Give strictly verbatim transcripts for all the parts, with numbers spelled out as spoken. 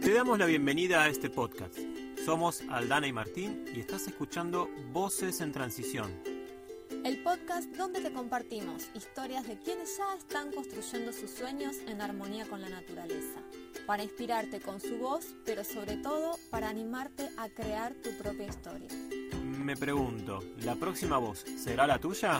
Te damos la bienvenida a este podcast. Somos Aldana y Martín y estás escuchando Voces en Transición. El podcast donde te compartimos historias de quienes ya están construyendo sus sueños en armonía con la naturaleza, para inspirarte con su voz, pero sobre todo para animarte a crear tu propia historia. Me pregunto, ¿la próxima voz será la tuya?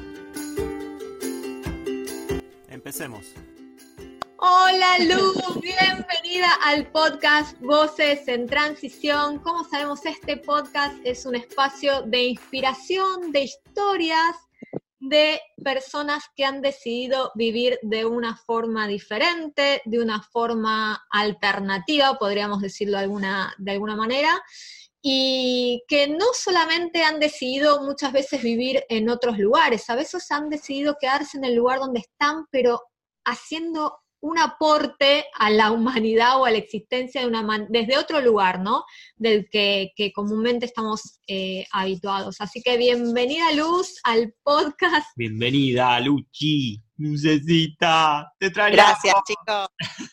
Empecemos. Hola Luz, bienvenida al podcast Voces en Transición. Como sabemos, este podcast es un espacio de inspiración, de historias de personas que han decidido vivir de una forma diferente, de una forma alternativa, podríamos decirlo de alguna, de alguna manera, y que no solamente han decidido muchas veces vivir en otros lugares, a veces han decidido quedarse en el lugar donde están, pero haciendo un aporte a la humanidad o a la existencia de una man- desde otro lugar, ¿no? Del que, que comúnmente estamos eh, habituados. Así que bienvenida, Luz, al podcast. Bienvenida, Luchi, Lucecita, te extrañamos. Gracias, chicos.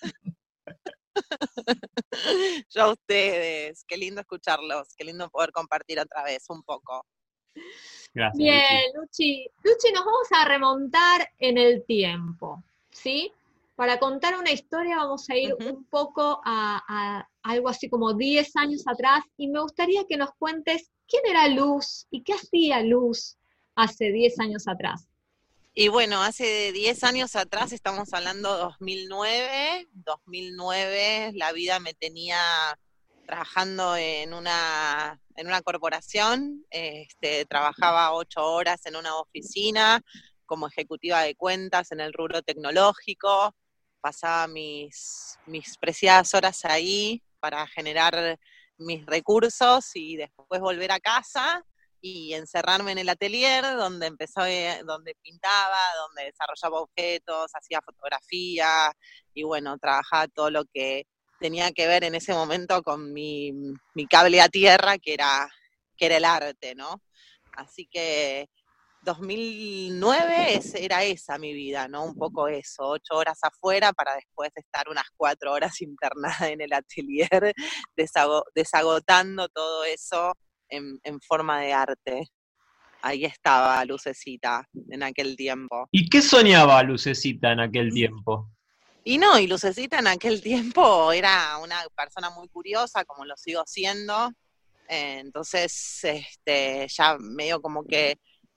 Yo a ustedes, qué lindo escucharlos, qué lindo poder compartir otra vez un poco. Gracias, Bien, Luchi. Luchi, nos vamos a remontar en el tiempo, ¿sí? Para contar una historia vamos a ir Uh-huh. un poco a, a algo así como diez años atrás, y me gustaría que nos cuentes quién era Luz y qué hacía Luz hace diez años atrás. Y bueno, hace diez años atrás, estamos hablando dos mil nueve, dos mil nueve la vida me tenía trabajando en una, en una corporación, este, trabajaba ocho horas en una oficina como ejecutiva de cuentas en el rubro tecnológico, pasaba mis, mis preciadas horas ahí para generar mis recursos y después volver a casa y encerrarme en el atelier donde empecé, donde pintaba, donde desarrollaba objetos, hacía fotografía y bueno, trabajaba todo lo que tenía que ver en ese momento con mi, mi cable a tierra, que era, que era el arte, ¿no? Así que dos mil nueve es, era esa mi vida, ¿no? Un poco eso, ocho horas afuera para después estar unas cuatro horas internada en el atelier, desago, desagotando todo eso en, en forma de arte. Ahí estaba Lucecita en aquel tiempo. ¿Y qué soñaba Lucecita en aquel tiempo? Y no, y Lucecita en aquel tiempo era una persona muy curiosa, como lo sigo siendo, eh, entonces este, ya medio como que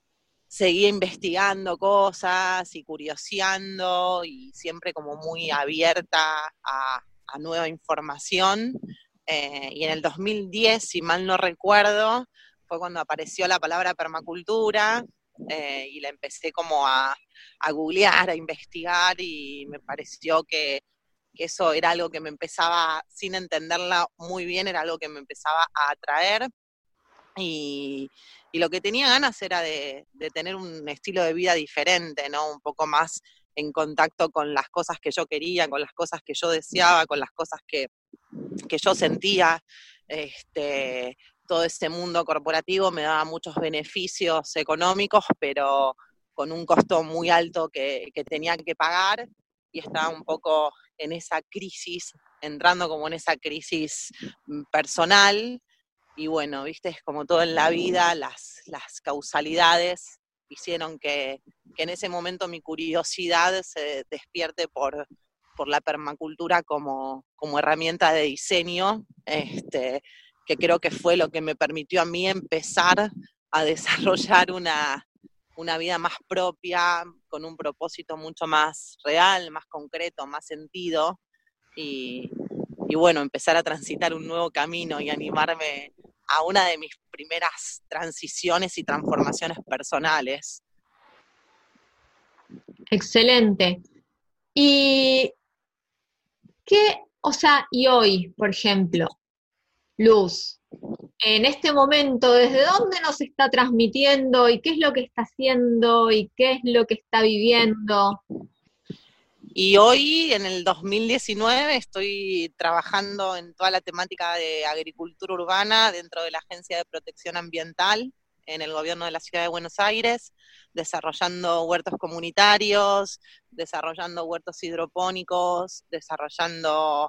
seguía investigando cosas y curioseando y siempre como muy abierta a, a nueva información. Eh, y en el dos mil diez, si mal no recuerdo, fue cuando apareció la palabra permacultura eh, y la empecé como a, a googlear, a investigar y me pareció que, que eso era algo que me empezaba, sin entenderla muy bien, era algo que me empezaba a atraer. Y, y lo que tenía ganas era de, de tener un estilo de vida diferente, ¿no? Un poco más en contacto con las cosas que yo quería, con las cosas que yo deseaba, con las cosas que, que yo sentía. Este, todo ese mundo corporativo me daba muchos beneficios económicos, pero con un costo muy alto que, que tenía que pagar, y estaba un poco en esa crisis, entrando como en esa crisis personal. Y bueno, viste, es como todo en la vida, las, las causalidades hicieron que, que en ese momento mi curiosidad se despierte por, por la permacultura como, como herramienta de diseño, este, que creo que fue lo que me permitió a mí empezar a desarrollar una, una vida más propia, con un propósito mucho más real, más concreto, más sentido, y, y bueno, empezar a transitar un nuevo camino y animarme a una de mis primeras transiciones y transformaciones personales. Excelente. ¿Y qué, o sea, y hoy, por ejemplo, Luz, en este momento, ¿desde dónde nos está transmitiendo y qué es lo que está haciendo y qué es lo que está viviendo? Y hoy, en el dos mil diecinueve, estoy trabajando en toda la temática de agricultura urbana dentro de la Agencia de Protección Ambiental en el gobierno de la Ciudad de Buenos Aires, desarrollando huertos comunitarios, desarrollando huertos hidropónicos, desarrollando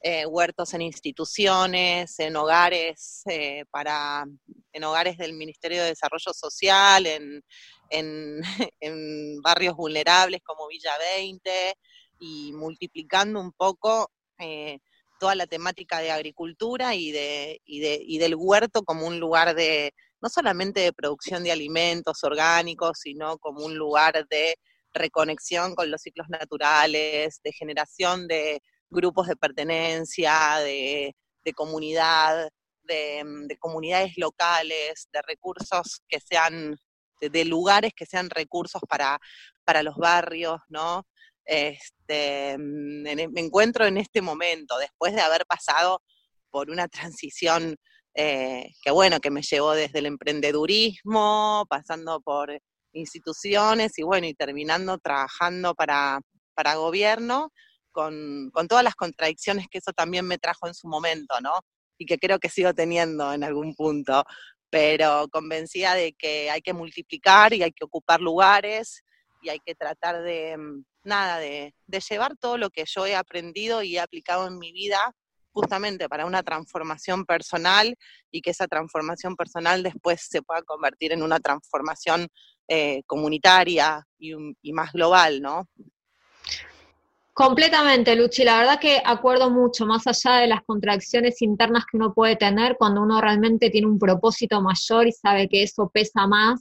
eh, huertos en instituciones, en hogares eh, para, en hogares del Ministerio de Desarrollo Social, en, en, en barrios vulnerables como Villa veinte, y multiplicando un poco eh, toda la temática de agricultura y, de, y, de, y del huerto como un lugar de, no solamente de producción de alimentos orgánicos, sino como un lugar de reconexión con los ciclos naturales, de generación de grupos de pertenencia, de, de comunidad, de, de comunidades locales, de recursos que sean, de, de lugares que sean recursos para, para los barrios, ¿no? Este, me encuentro en este momento, después de haber pasado por una transición eh, que bueno, que me llevó desde el emprendedurismo, pasando por instituciones y bueno, y terminando trabajando para, para gobierno, con, con todas las contradicciones que eso también me trajo en su momento, ¿no? Y que creo que sigo teniendo en algún punto, pero convencida de que hay que multiplicar y hay que ocupar lugares y hay que tratar de, nada, de, de llevar todo lo que yo he aprendido y he aplicado en mi vida justamente para una transformación personal y que esa transformación personal después se pueda convertir en una transformación eh, comunitaria y, y más global, ¿no? Completamente, Luchi. La verdad que acuerdo mucho, más allá de las contradicciones internas que uno puede tener cuando uno realmente tiene un propósito mayor y sabe que eso pesa más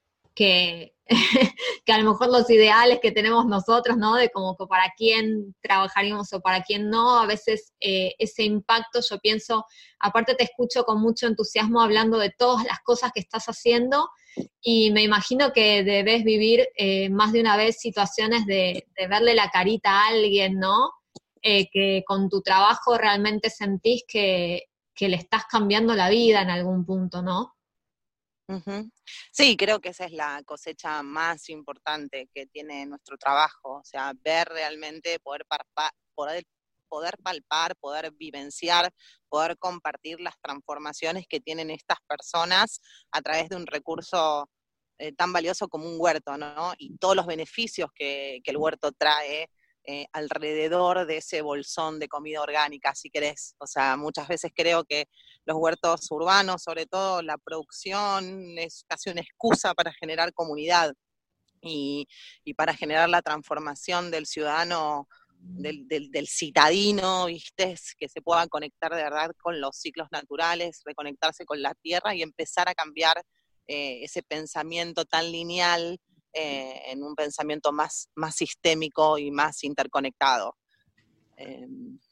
que, que a lo mejor los ideales que tenemos nosotros, ¿no? De como que para quién trabajaríamos o para quién no, a veces eh, ese impacto, yo pienso, aparte te escucho con mucho entusiasmo hablando de todas las cosas que estás haciendo y me imagino que debes vivir eh, más de una vez situaciones de, de verle la carita a alguien, ¿no? Eh, que con tu trabajo realmente sentís que, que le estás cambiando la vida en algún punto, ¿no? Uh-huh. Sí, creo que esa es la cosecha más importante que tiene nuestro trabajo, o sea, ver realmente, poder, parpa, poder, poder palpar, poder vivenciar, poder compartir las transformaciones que tienen estas personas a través de un recurso eh, tan valioso como un huerto, ¿no? Y todos los beneficios que, que el huerto trae eh, alrededor de ese bolsón de comida orgánica, si querés. O sea, muchas veces creo que los huertos urbanos, sobre todo la producción, es casi una excusa para generar comunidad y, y para generar la transformación del ciudadano, del, del, del citadino, ¿viste? Que se pueda conectar de verdad con los ciclos naturales, reconectarse con la tierra y empezar a cambiar eh, ese pensamiento tan lineal eh, en un pensamiento más, más sistémico y más interconectado. Eh,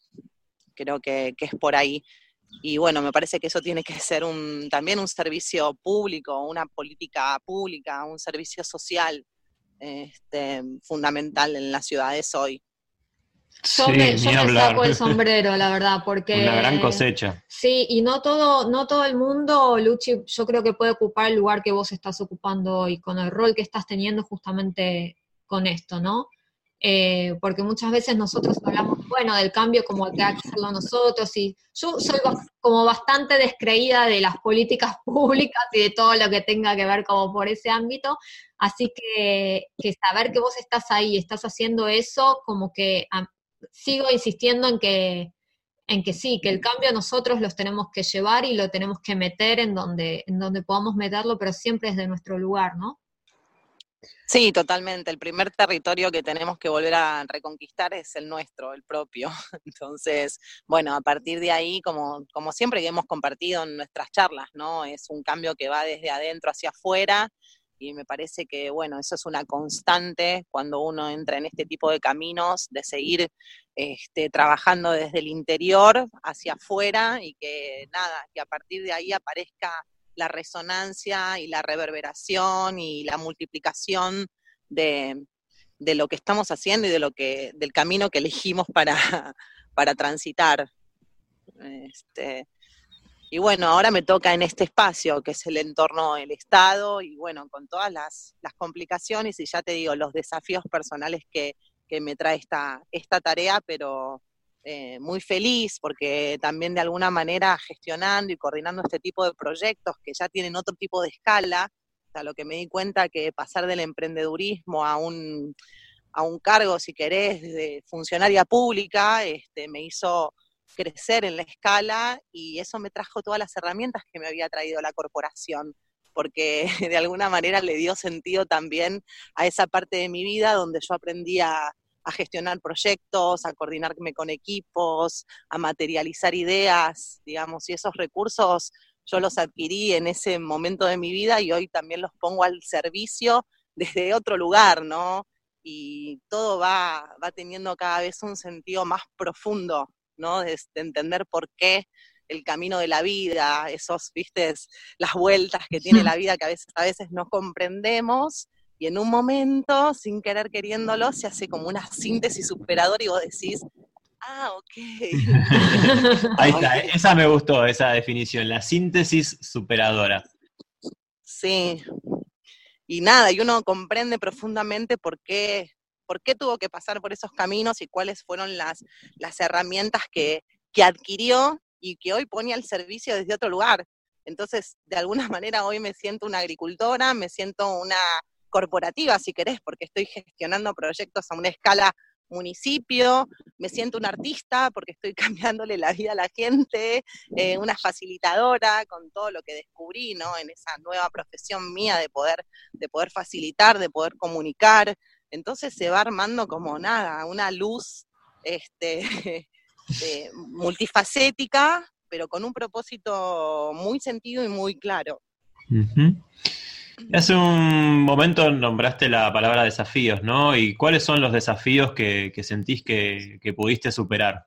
creo que, que es por ahí. Y bueno, me parece que eso tiene que ser un, también un servicio público, una política pública, un servicio social este, fundamental en las ciudades hoy. Yo, sí, me, yo me saco el sombrero, la verdad, porque... Una gran cosecha. Sí, y no todo, no todo el mundo, Luchi, yo creo que puede ocupar el lugar que vos estás ocupando hoy, con el rol que estás teniendo justamente con esto, ¿no? Eh, porque muchas veces nosotros hablamos, bueno, del cambio como que hay que hacerlo nosotros, y yo soy como bastante descreída de las políticas públicas y de todo lo que tenga que ver como por ese ámbito, así que, que saber que vos estás ahí, estás haciendo eso, como que a, sigo insistiendo en que, en que sí, que el cambio nosotros los tenemos que llevar y lo tenemos que meter en donde, en donde podamos meterlo, pero siempre desde nuestro lugar, ¿no? Sí, totalmente. El primer territorio que tenemos que volver a reconquistar es el nuestro, el propio. Entonces, bueno, a partir de ahí, como, como siempre que hemos compartido en nuestras charlas, ¿no? Es un cambio que va desde adentro hacia afuera y me parece que, bueno, eso es una constante cuando uno entra en este tipo de caminos, de seguir este, trabajando desde el interior hacia afuera y que, nada, que a partir de ahí aparezca la resonancia y la reverberación y la multiplicación de, de lo que estamos haciendo y de lo que, del camino que elegimos para, para transitar. Este, y bueno, ahora me toca en este espacio, que es el entorno del Estado, y bueno, con todas las, las complicaciones y ya te digo, los desafíos personales que, que me trae esta, esta tarea, pero Eh, muy feliz porque también de alguna manera gestionando y coordinando este tipo de proyectos que ya tienen otro tipo de escala, o sea, lo que me di cuenta que pasar del emprendedurismo a un, a un cargo, si querés, de funcionaria pública, este, me hizo crecer en la escala, y eso me trajo todas las herramientas que me había traído la corporación, porque de alguna manera le dio sentido también a esa parte de mi vida donde yo aprendí a, a gestionar proyectos, a coordinarme con equipos, a materializar ideas, digamos, y esos recursos yo los adquirí en ese momento de mi vida y hoy también los pongo al servicio desde otro lugar, ¿no? Y todo va, va teniendo cada vez un sentido más profundo, ¿no? De, de entender por qué el camino de la vida, esos, viste, las vueltas que tiene la vida que a veces, a veces no comprendemos, y en un momento, sin querer queriéndolo, se hace como una síntesis superadora y vos decís, ah, ok. Ahí está, esa me gustó, esa definición, la síntesis superadora. Sí, y nada, y uno comprende profundamente por qué, por qué tuvo que pasar por esos caminos y cuáles fueron las, las herramientas que, que adquirió y que hoy pone al servicio desde otro lugar. Entonces, de alguna manera hoy me siento una agricultora, me siento una corporativa, si querés, porque estoy gestionando proyectos a una escala municipio, me siento una artista porque estoy cambiándole la vida a la gente, eh, una facilitadora con todo lo que descubrí, ¿no? En esa nueva profesión mía de poder, de poder facilitar, de poder comunicar. Entonces se va armando como nada, una luz este, eh, multifacética, pero con un propósito muy sentido y muy claro. Uh-huh. Hace un momento nombraste la palabra desafíos, ¿no? ¿Y cuáles son los desafíos que, que sentís que, que pudiste superar?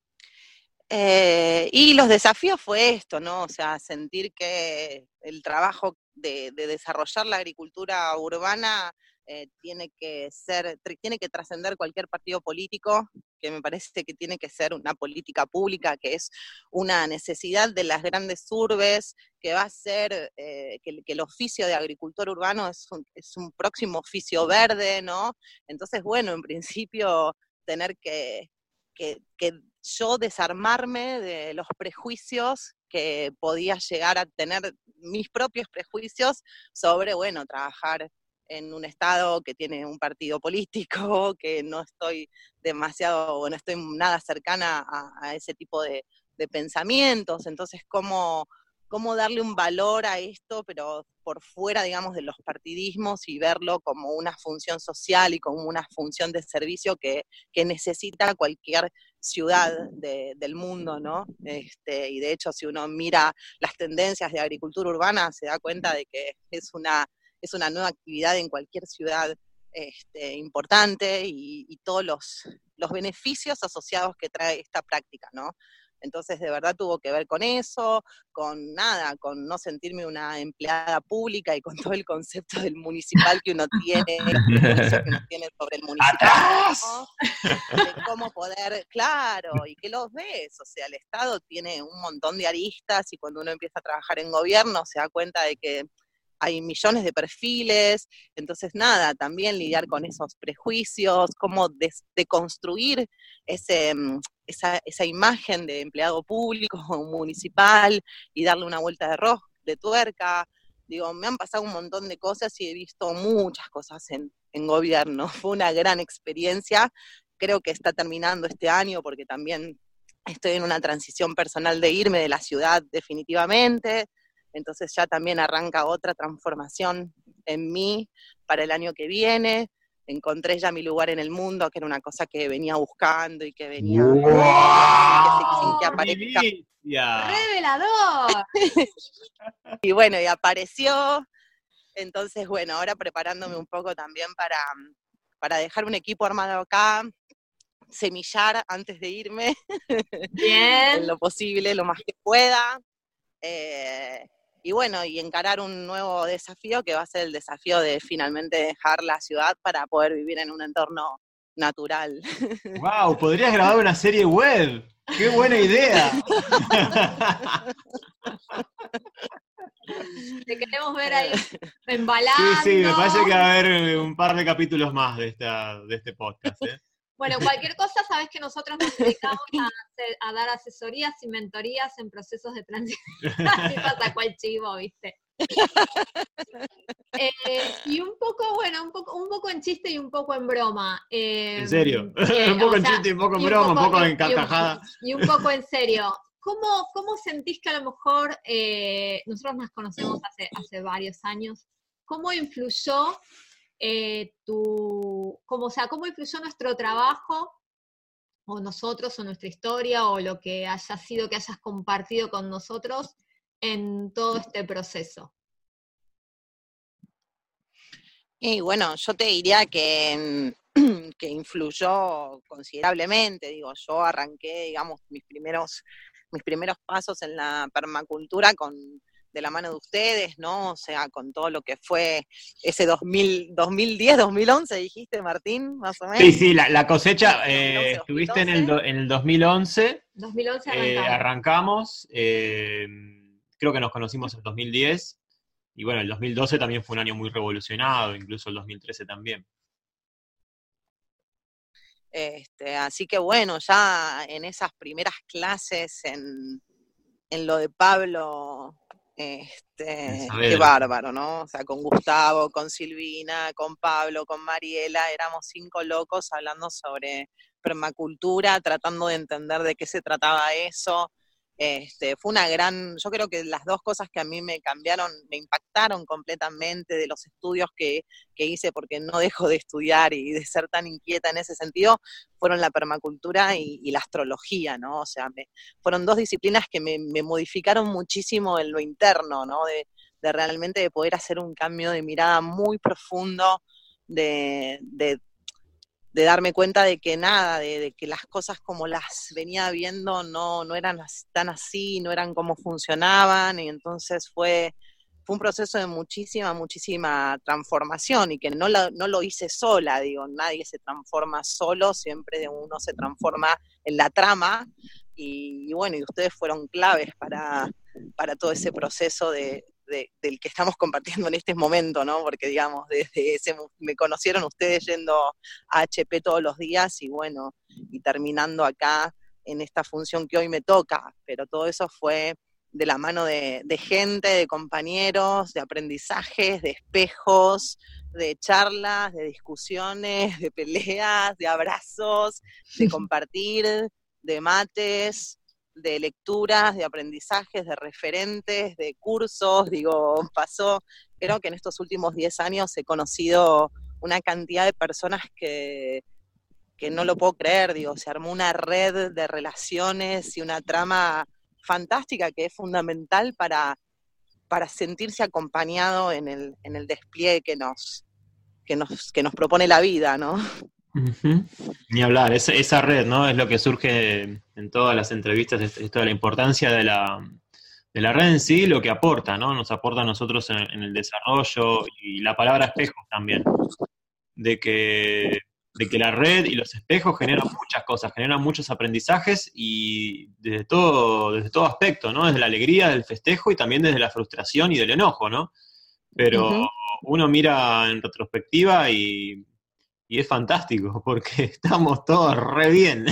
Eh, y los desafíos fue esto, ¿no? O sea, sentir que el trabajo de, de desarrollar la agricultura urbana eh, tiene que ser, tiene que trascender cualquier partido político, que me parece que tiene que ser una política pública, que es una necesidad de las grandes urbes, que va a ser eh, que, que el oficio de agricultor urbano es un, es un próximo oficio verde, ¿no? Entonces, bueno, en principio tener que, que, que yo desarmarme de los prejuicios que podía llegar a tener, mis propios prejuicios sobre, bueno, trabajar en un estado que tiene un partido político, que no estoy demasiado, o no estoy nada cercana a, a ese tipo de, de pensamientos. Entonces, ¿cómo, cómo darle un valor a esto, pero por fuera, digamos, de los partidismos y verlo como una función social y como una función de servicio que, que necesita cualquier ciudad de, del mundo, ¿no? Este, y de hecho, si uno mira las tendencias de agricultura urbana, se da cuenta de que es una es una nueva actividad en cualquier ciudad este, importante y, y todos los, los beneficios asociados que trae esta práctica, ¿no? Entonces, de verdad tuvo que ver con eso, con nada, con no sentirme una empleada pública y con todo el concepto del municipal que uno tiene, los prejuicios que uno tiene sobre el municipal, ¿no? De cómo poder, claro, y que los ves, o sea, el Estado tiene un montón de aristas y cuando uno empieza a trabajar en gobierno se da cuenta de que hay millones de perfiles, entonces nada, también lidiar con esos prejuicios, cómo deconstruir ese, esa, esa imagen de empleado público o municipal y darle una vuelta de rosca, de tuerca. Digo, me han pasado un montón de cosas y he visto muchas cosas en, en gobierno. Fue una gran experiencia, creo que está terminando este año porque también estoy en una transición personal de irme de la ciudad definitivamente. Entonces ya también arranca otra transformación en mí para el año que viene. Encontré ya mi lugar en el mundo, que era una cosa que venía buscando y que venía... ¡Wow! Que, sin que aparezca. ¡Revelador! Y bueno, y apareció. Entonces, bueno, ahora preparándome un poco también para, para dejar un equipo armado acá, semillar antes de irme. Bien. En lo posible, lo más que pueda. Eh, Y bueno, y encarar un nuevo desafío que va a ser el desafío de finalmente dejar la ciudad para poder vivir en un entorno natural. ¡Wow! Podrías grabar una serie web. ¡Qué buena idea! Te queremos ver ahí embalando. Sí, sí, me parece que va a haber un par de capítulos más de, esta, de este podcast, ¿eh? Bueno, cualquier cosa, sabes que nosotros nos dedicamos a, hacer, a dar asesorías y mentorías en procesos de transición. Así pasa cual chivo, ¿viste? Eh, y un poco, bueno, un poco, un poco en chiste y un poco en broma. Eh, ¿En serio? eh, un poco o en sea, chiste y un poco en y un broma, un poco- poco y- en carcajada. Y, un poco en serio. ¿Cómo, cómo sentís que a lo mejor, eh, nosotros nos conocemos hace, hace varios años, cómo influyó eh, tu, cómo, o sea, cómo influyó nuestro trabajo, o nosotros, o nuestra historia, o lo que haya sido que hayas compartido con nosotros en todo este proceso? Y bueno, yo te diría que, que influyó considerablemente. Digo, yo arranqué, digamos, mis primeros, mis primeros pasos en la permacultura con, de la mano de ustedes, ¿no? O sea, con todo lo que fue ese dos mil, dos mil diez, dos mil once, dijiste, Martín, más o menos. Sí, sí, la, la cosecha, Sí, eh, dos mil once, estuviste en el, dos mil doce. do- en el dos mil once, dos mil once eh, arrancamos. arrancamos, eh, creo que nos conocimos en dos mil diez, y bueno, el dos mil doce también fue un año muy revolucionado, incluso el dos mil trece también. Este, así que bueno, ya en esas primeras clases, en, en lo de Pablo, este, qué bárbaro, ¿no? O sea, con Gustavo, con Silvina, con Pablo, con Mariela, éramos cinco locos hablando sobre permacultura, tratando de entender de qué se trataba eso. Este, fue una gran, yo creo que las dos cosas que a mí me cambiaron, me impactaron completamente de los estudios que, que hice, porque no dejo de estudiar y de ser tan inquieta en ese sentido, fueron la permacultura y, y la astrología, ¿no? O sea, me, fueron dos disciplinas que me, me modificaron muchísimo en lo interno, ¿no? De, de realmente de poder hacer un cambio de mirada muy profundo, de, de de darme cuenta de que nada, de, de que las cosas como las venía viendo no, no eran tan así, no eran como funcionaban, y entonces fue, fue un proceso de muchísima, muchísima transformación, y que no lo, no lo hice sola, digo, nadie se transforma solo, siempre uno se transforma en la trama, y, y bueno, y ustedes fueron claves para, para todo ese proceso de, de, del que estamos compartiendo en este momento, ¿no? Porque, digamos, desde ese, me conocieron ustedes yendo a H P todos los días y bueno, y terminando acá en esta función que hoy me toca, pero todo eso fue de la mano de, de gente, de compañeros, de aprendizajes, de espejos, de charlas, de discusiones, de peleas, de abrazos, de compartir, de mates, de lecturas, de aprendizajes, de referentes, de cursos, digo, pasó, creo que en estos últimos diez años he conocido una cantidad de personas que, que no lo puedo creer, digo, se armó una red de relaciones y una trama fantástica que es fundamental para, para sentirse acompañado en el, en el despliegue que nos, que, nos, que nos propone la vida, ¿no? Uh-huh. Ni hablar, esa, esa red, ¿no? Es lo que surge en todas las entrevistas, esto de la importancia de la, de la red en sí, lo que aporta, ¿no? Nos aporta a nosotros en, en el desarrollo, y la palabra espejos también, de que, de que la red y los espejos generan muchas cosas, generan muchos aprendizajes, y desde todo, desde todo aspecto, ¿no? Desde la alegría, del festejo, y también desde la frustración y del enojo, ¿no? Pero uh-huh. Uno mira en retrospectiva y... Y es fantástico, porque estamos todos re bien.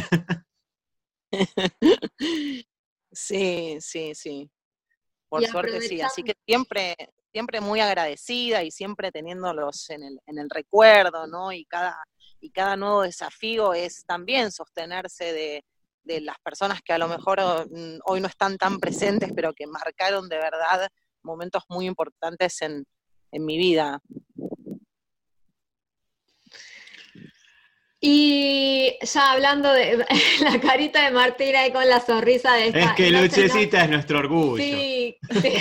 Sí, sí, sí. Por suerte sí. Así que siempre, siempre muy agradecida y siempre teniéndolos en el, en el recuerdo, ¿no? Y cada, y cada nuevo desafío es también sostenerse de, de las personas que a lo mejor hoy no están tan presentes, pero que marcaron de verdad momentos muy importantes en, en mi vida. Y ya hablando de la carita de Martina ahí con la sonrisa de esta... Es que no Lucecita no, es nuestro orgullo. Sí, sí.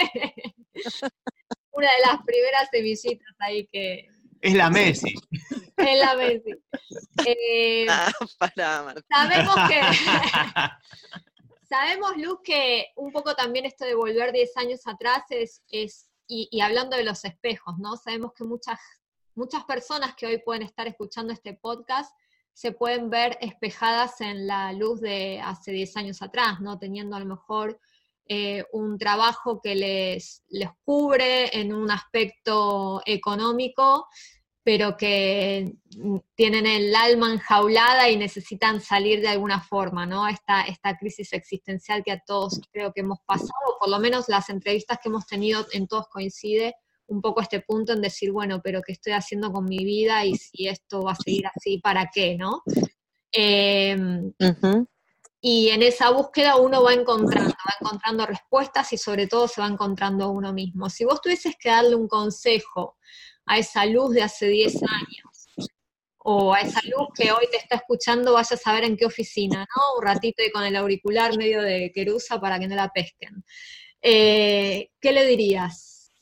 Una de las primeras semillitas ahí que... Es la Messi. Es la Messi. Eh, ah, para, Martina. Sabemos que... Sabemos, Luz, que un poco también esto de volver diez años atrás es... es y, y hablando de los espejos, ¿no? Sabemos que muchas... Muchas personas que hoy pueden estar escuchando este podcast se pueden ver espejadas en la luz de hace diez años atrás, ¿no? Teniendo a lo mejor eh, un trabajo que les, les cubre en un aspecto económico, pero que tienen el alma enjaulada y necesitan salir de alguna forma, ¿no? Esta, esta crisis existencial que a todos creo que hemos pasado, por lo menos las entrevistas que hemos tenido en todos coincide un poco este punto en decir, bueno, pero ¿qué estoy haciendo con mi vida? Y si esto va a seguir así, ¿para qué, no? Eh, uh-huh. Y en esa búsqueda uno va encontrando, va encontrando respuestas y sobre todo se va encontrando uno mismo. Si vos tuvieses que darle un consejo a esa luz de hace diez años, o a esa luz que hoy te está escuchando, vaya a saber en qué oficina, ¿no? Un ratito y con el auricular medio de querusa para que no la pesquen. Eh, ¿Qué le dirías?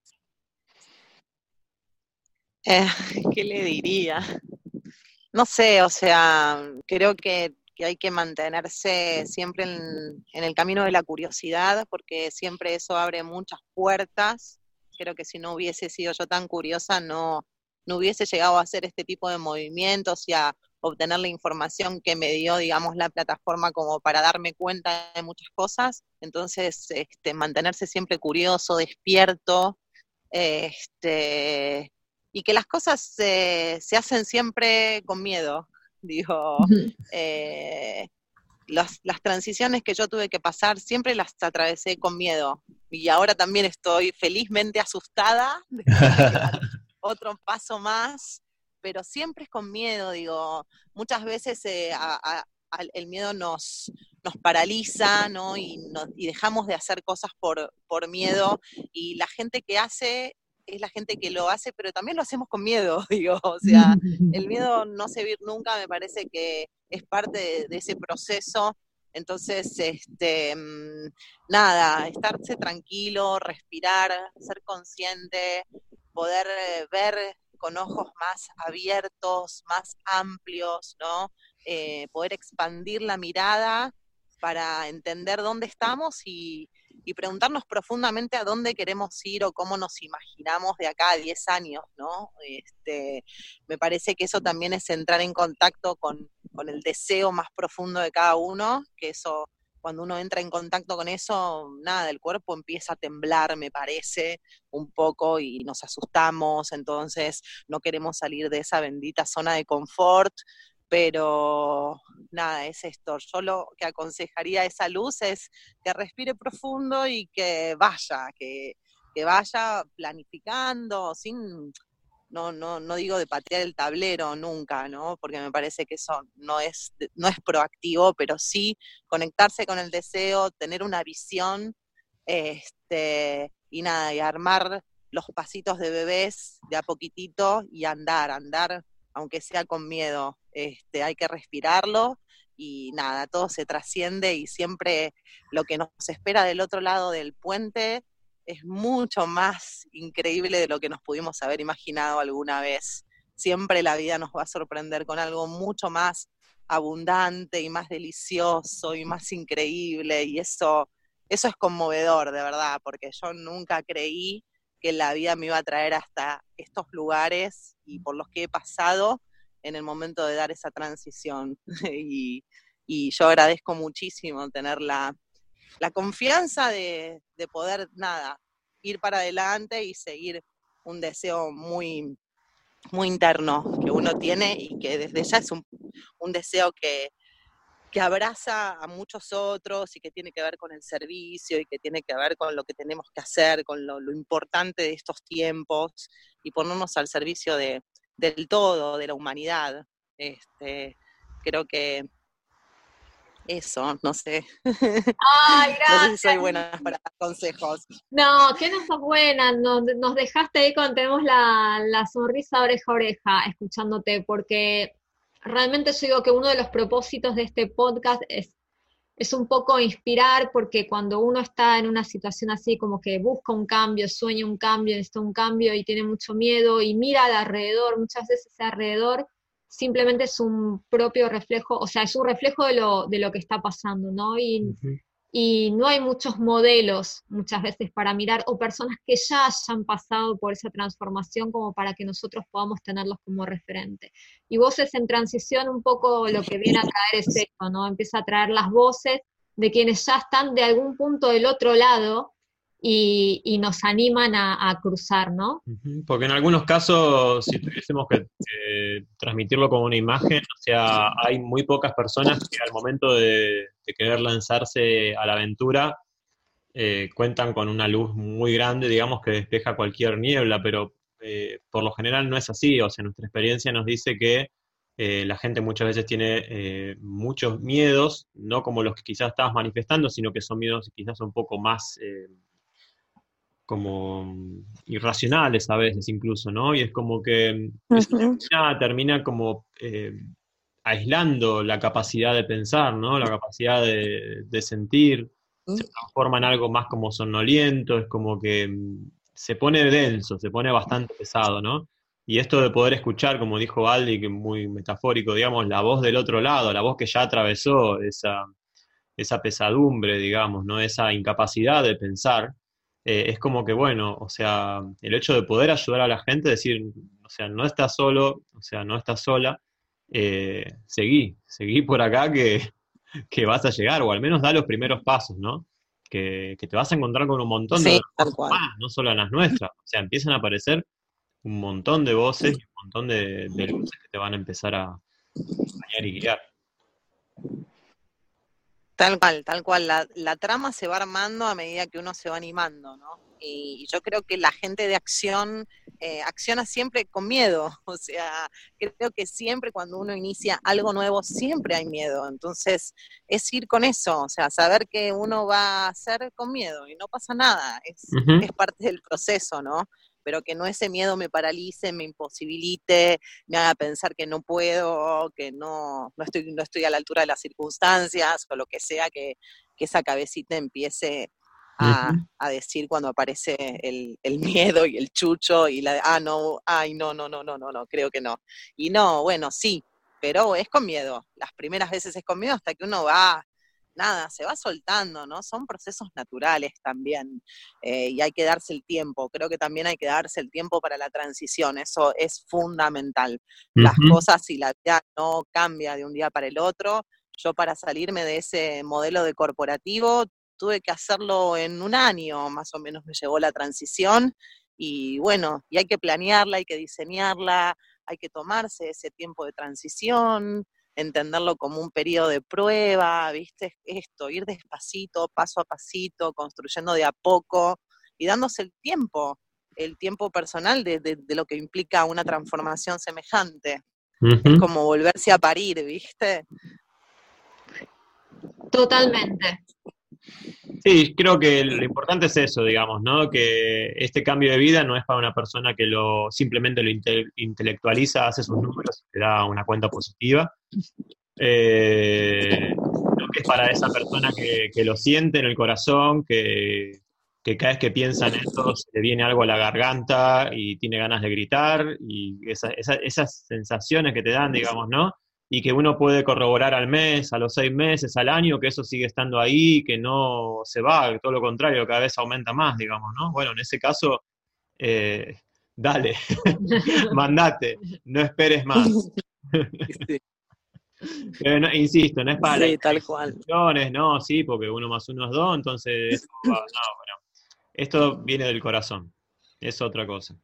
Eh, ¿Qué le diría? No sé, o sea, creo que, que hay que mantenerse siempre en, en el camino de la curiosidad, porque siempre eso abre muchas puertas. Creo que si no hubiese sido yo tan curiosa, no, no hubiese llegado a hacer este tipo de movimientos y a obtener la información que me dio, digamos, la plataforma como para darme cuenta de muchas cosas. Entonces, este, mantenerse siempre curioso, despierto, este, y que las cosas eh, se hacen siempre con miedo. Digo, eh, Las, las transiciones que yo tuve que pasar siempre las atravesé con miedo y ahora también estoy felizmente asustada de otro paso más, pero siempre es con miedo, digo, muchas veces eh, a, a, a, el miedo nos, nos paraliza, ¿no? Y, nos, y dejamos de hacer cosas por, por miedo, y la gente que hace es la gente que lo hace, pero también lo hacemos con miedo, digo, o sea, el miedo no se va a ir nunca, me parece que es parte de, de ese proceso. Entonces, este, nada, estarse tranquilo, respirar, ser consciente, poder ver con ojos más abiertos, más amplios, ¿no? Eh, poder expandir la mirada para entender dónde estamos y, y preguntarnos profundamente a dónde queremos ir o cómo nos imaginamos de acá a diez años, ¿no? Este, me parece que eso también es entrar en contacto con, con el deseo más profundo de cada uno, que eso, cuando uno entra en contacto con eso, nada, el cuerpo empieza a temblar, me parece, un poco, y nos asustamos, entonces no queremos salir de esa bendita zona de confort. Pero nada, es esto. Yo lo que aconsejaría a esa luz es que respire profundo y que vaya, que, que vaya planificando, sin, no, no, no digo de patear el tablero nunca, ¿no? Porque me parece que eso no es, no es proactivo, pero sí conectarse con el deseo, tener una visión, este, y nada, y armar los pasitos de bebés de a poquitito y andar, andar, aunque sea con miedo, este, hay que respirarlo y nada, todo se trasciende y siempre lo que nos espera del otro lado del puente es mucho más increíble de lo que nos pudimos haber imaginado alguna vez. Siempre la vida nos va a sorprender con algo mucho más abundante y más delicioso y más increíble, y eso, eso es conmovedor, de verdad, porque yo nunca creí que la vida me iba a traer hasta estos lugares y por los que he pasado en el momento de dar esa transición. y, y yo agradezco muchísimo tener la, la confianza de, de poder, nada, ir para adelante y seguir un deseo muy, muy interno que uno tiene y que desde ya es un, un deseo que, que abraza a muchos otros y que tiene que ver con el servicio y que tiene que ver con lo que tenemos que hacer, con lo, lo importante de estos tiempos y ponernos al servicio de, del todo, de la humanidad. Este, creo que eso, no sé. Ay, gracias. No sé si soy buena para consejos. No, que no sos buena, nos, nos dejaste ahí cuando tenemos la, la sonrisa oreja a oreja escuchándote, porque realmente yo digo que uno de los propósitos de este podcast es, es un poco inspirar, porque cuando uno está en una situación así como que busca un cambio, sueña un cambio, necesita un cambio y tiene mucho miedo y mira al alrededor, muchas veces ese alrededor simplemente es un propio reflejo, o sea, es un reflejo de lo, de lo que está pasando, ¿no? Y, uh-huh. y no hay muchos modelos muchas veces para mirar, o personas que ya hayan pasado por esa transformación como para que nosotros podamos tenerlos como referente. Y Voces en Transición, un poco lo que viene a traer es esto, ¿no? Empieza a traer las voces de quienes ya están de algún punto del otro lado y, y nos animan a, a cruzar, ¿no? Porque en algunos casos, si tuviésemos que eh, transmitirlo como una imagen, o sea, hay muy pocas personas que al momento de, de querer lanzarse a la aventura eh, cuentan con una luz muy grande, digamos, que despeja cualquier niebla, pero eh, por lo general no es así. O sea, nuestra experiencia nos dice que eh, la gente muchas veces tiene eh, muchos miedos, no como los que quizás estabas manifestando, sino que son miedos quizás un poco más eh, como irracionales a veces incluso, ¿no? Y es como que eso termina, termina como eh, aislando la capacidad de pensar, ¿no? La capacidad de, de sentir, se transforma en algo más como somnoliento, es como que mm, se pone denso, se pone bastante pesado, ¿no? Y esto de poder escuchar, como dijo Aldi, que es muy metafórico, digamos, la voz del otro lado, la voz que ya atravesó esa, esa pesadumbre, digamos, ¿no? Esa incapacidad de pensar, eh, es como que, bueno, o sea, el hecho de poder ayudar a la gente, decir, o sea, no estás solo, o sea, no estás sola, eh, seguí, seguí por acá que, que vas a llegar, o al menos da los primeros pasos, ¿no? Que, que te vas a encontrar con un montón Sí, de tal cual. más, no solo las nuestras, o sea, empiezan a aparecer un montón de voces y un montón de, de luces que te van a empezar a acompañar y guiar. Tal cual, tal cual. La, la trama se va armando a medida que uno se va animando, ¿no? Y yo creo que la gente de acción eh, acciona siempre con miedo. O sea, creo que siempre cuando uno inicia algo nuevo, siempre hay miedo. Entonces, es ir con eso, o sea, saber que uno va a hacer con miedo y no pasa nada. Es, Uh-huh. es parte del proceso, ¿no? Pero que no ese miedo me paralice, me imposibilite, me haga pensar que no puedo, que no, no, estoy, no estoy a la altura de las circunstancias, o lo que sea, que, que esa cabecita empiece a, Uh-huh. a decir cuando aparece el, el miedo y el chucho y la de, ah, no, ay, no, no, no, no, no, no, creo que no. Y no, bueno, sí, pero es con miedo. Las primeras veces es con miedo hasta que uno va... Nada, se va soltando, ¿no? Son procesos naturales también, eh, y hay que darse el tiempo. Creo que también hay que darse el tiempo para la transición, eso es fundamental. Las Uh-huh. cosas, si la vida no cambia de un día para el otro, yo para salirme de ese modelo de corporativo tuve que hacerlo en un año, más o menos me llevó la transición, y bueno, y hay que planearla, hay que diseñarla, hay que tomarse ese tiempo de transición, entenderlo como un periodo de prueba, ¿viste? Esto, ir despacito, paso a pasito, construyendo de a poco y dándose el tiempo, el tiempo personal de, de, de lo que implica una transformación semejante. Uh-huh. Es como volverse a parir, ¿viste? Totalmente. Sí, creo que lo importante es eso, digamos, ¿no? Que este cambio de vida no es para una persona que lo simplemente lo inte- intelectualiza, hace sus números y te da una cuenta positiva. Eh, creo que es para esa persona que, que lo siente en el corazón, que, que cada vez que piensa en eso se le viene algo a la garganta y tiene ganas de gritar, y esa, esa, esas sensaciones que te dan, digamos, ¿no? Y que uno puede corroborar al mes, a los seis meses, al año, que eso sigue estando ahí, que no se va, todo lo contrario, cada vez aumenta más, digamos, ¿no? Bueno, en ese caso, eh, dale, mandate, no esperes más. Sí, Pero no, insisto, no es para sí, las tal cual. intenciones, no, sí, porque uno más uno es dos, entonces, esto va- no, bueno, esto viene del corazón, es otra cosa.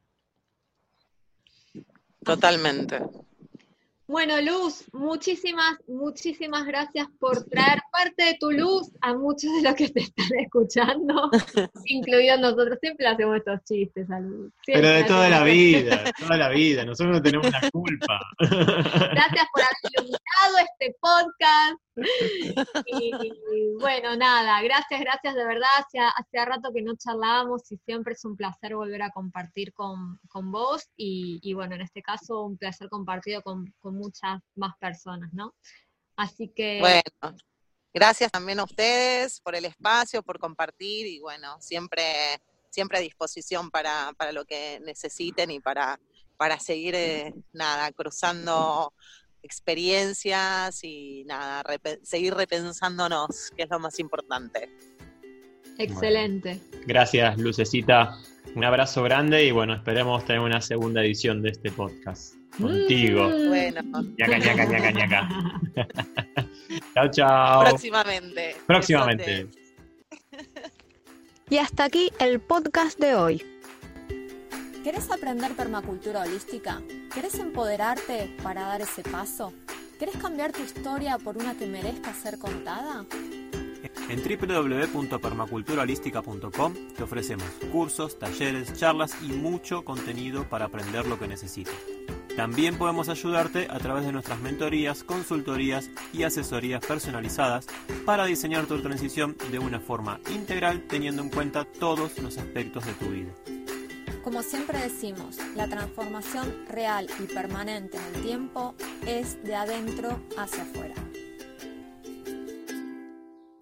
Totalmente. Bueno, Luz, muchísimas, muchísimas gracias por traer parte de tu luz a muchos de los que te están escuchando, incluidos nosotros. Siempre hacemos estos chistes a Luz. Pero de Siempre toda la hacemos- vida, de toda la vida, nosotros no tenemos la culpa. Gracias por haber iluminado este podcast. Y, y bueno, nada, gracias, gracias de verdad. Hacía, hacía rato que no charlábamos y siempre es un placer volver a compartir con, con vos. Y, y bueno, en este caso un placer compartido con, con muchas más personas, ¿no? Así que... Bueno, gracias también a ustedes por el espacio, por compartir y bueno, siempre, siempre a disposición para, para lo que necesiten y para, para seguir, eh, nada, cruzando experiencias y nada, repe- seguir repensándonos, que es lo más importante. Excelente. Gracias, Lucecita. Un abrazo grande y bueno, esperemos tener una segunda edición de este podcast contigo. Mm. Bueno, Ñaca, ñaca, ñaca, ñaca. Chao, chao. próximamente. Próximamente. Besotes. Y hasta aquí el podcast de hoy. ¿Querés aprender permacultura holística? ¿Querés empoderarte para dar ese paso? ¿Querés cambiar tu historia por una que merezca ser contada? En doble u doble u doble u punto permacultura holística punto com te ofrecemos cursos, talleres, charlas y mucho contenido para aprender lo que necesites. También podemos ayudarte a través de nuestras mentorías, consultorías y asesorías personalizadas para diseñar tu transición de una forma integral, teniendo en cuenta todos los aspectos de tu vida. Como siempre decimos, la transformación real y permanente en el tiempo es de adentro hacia afuera.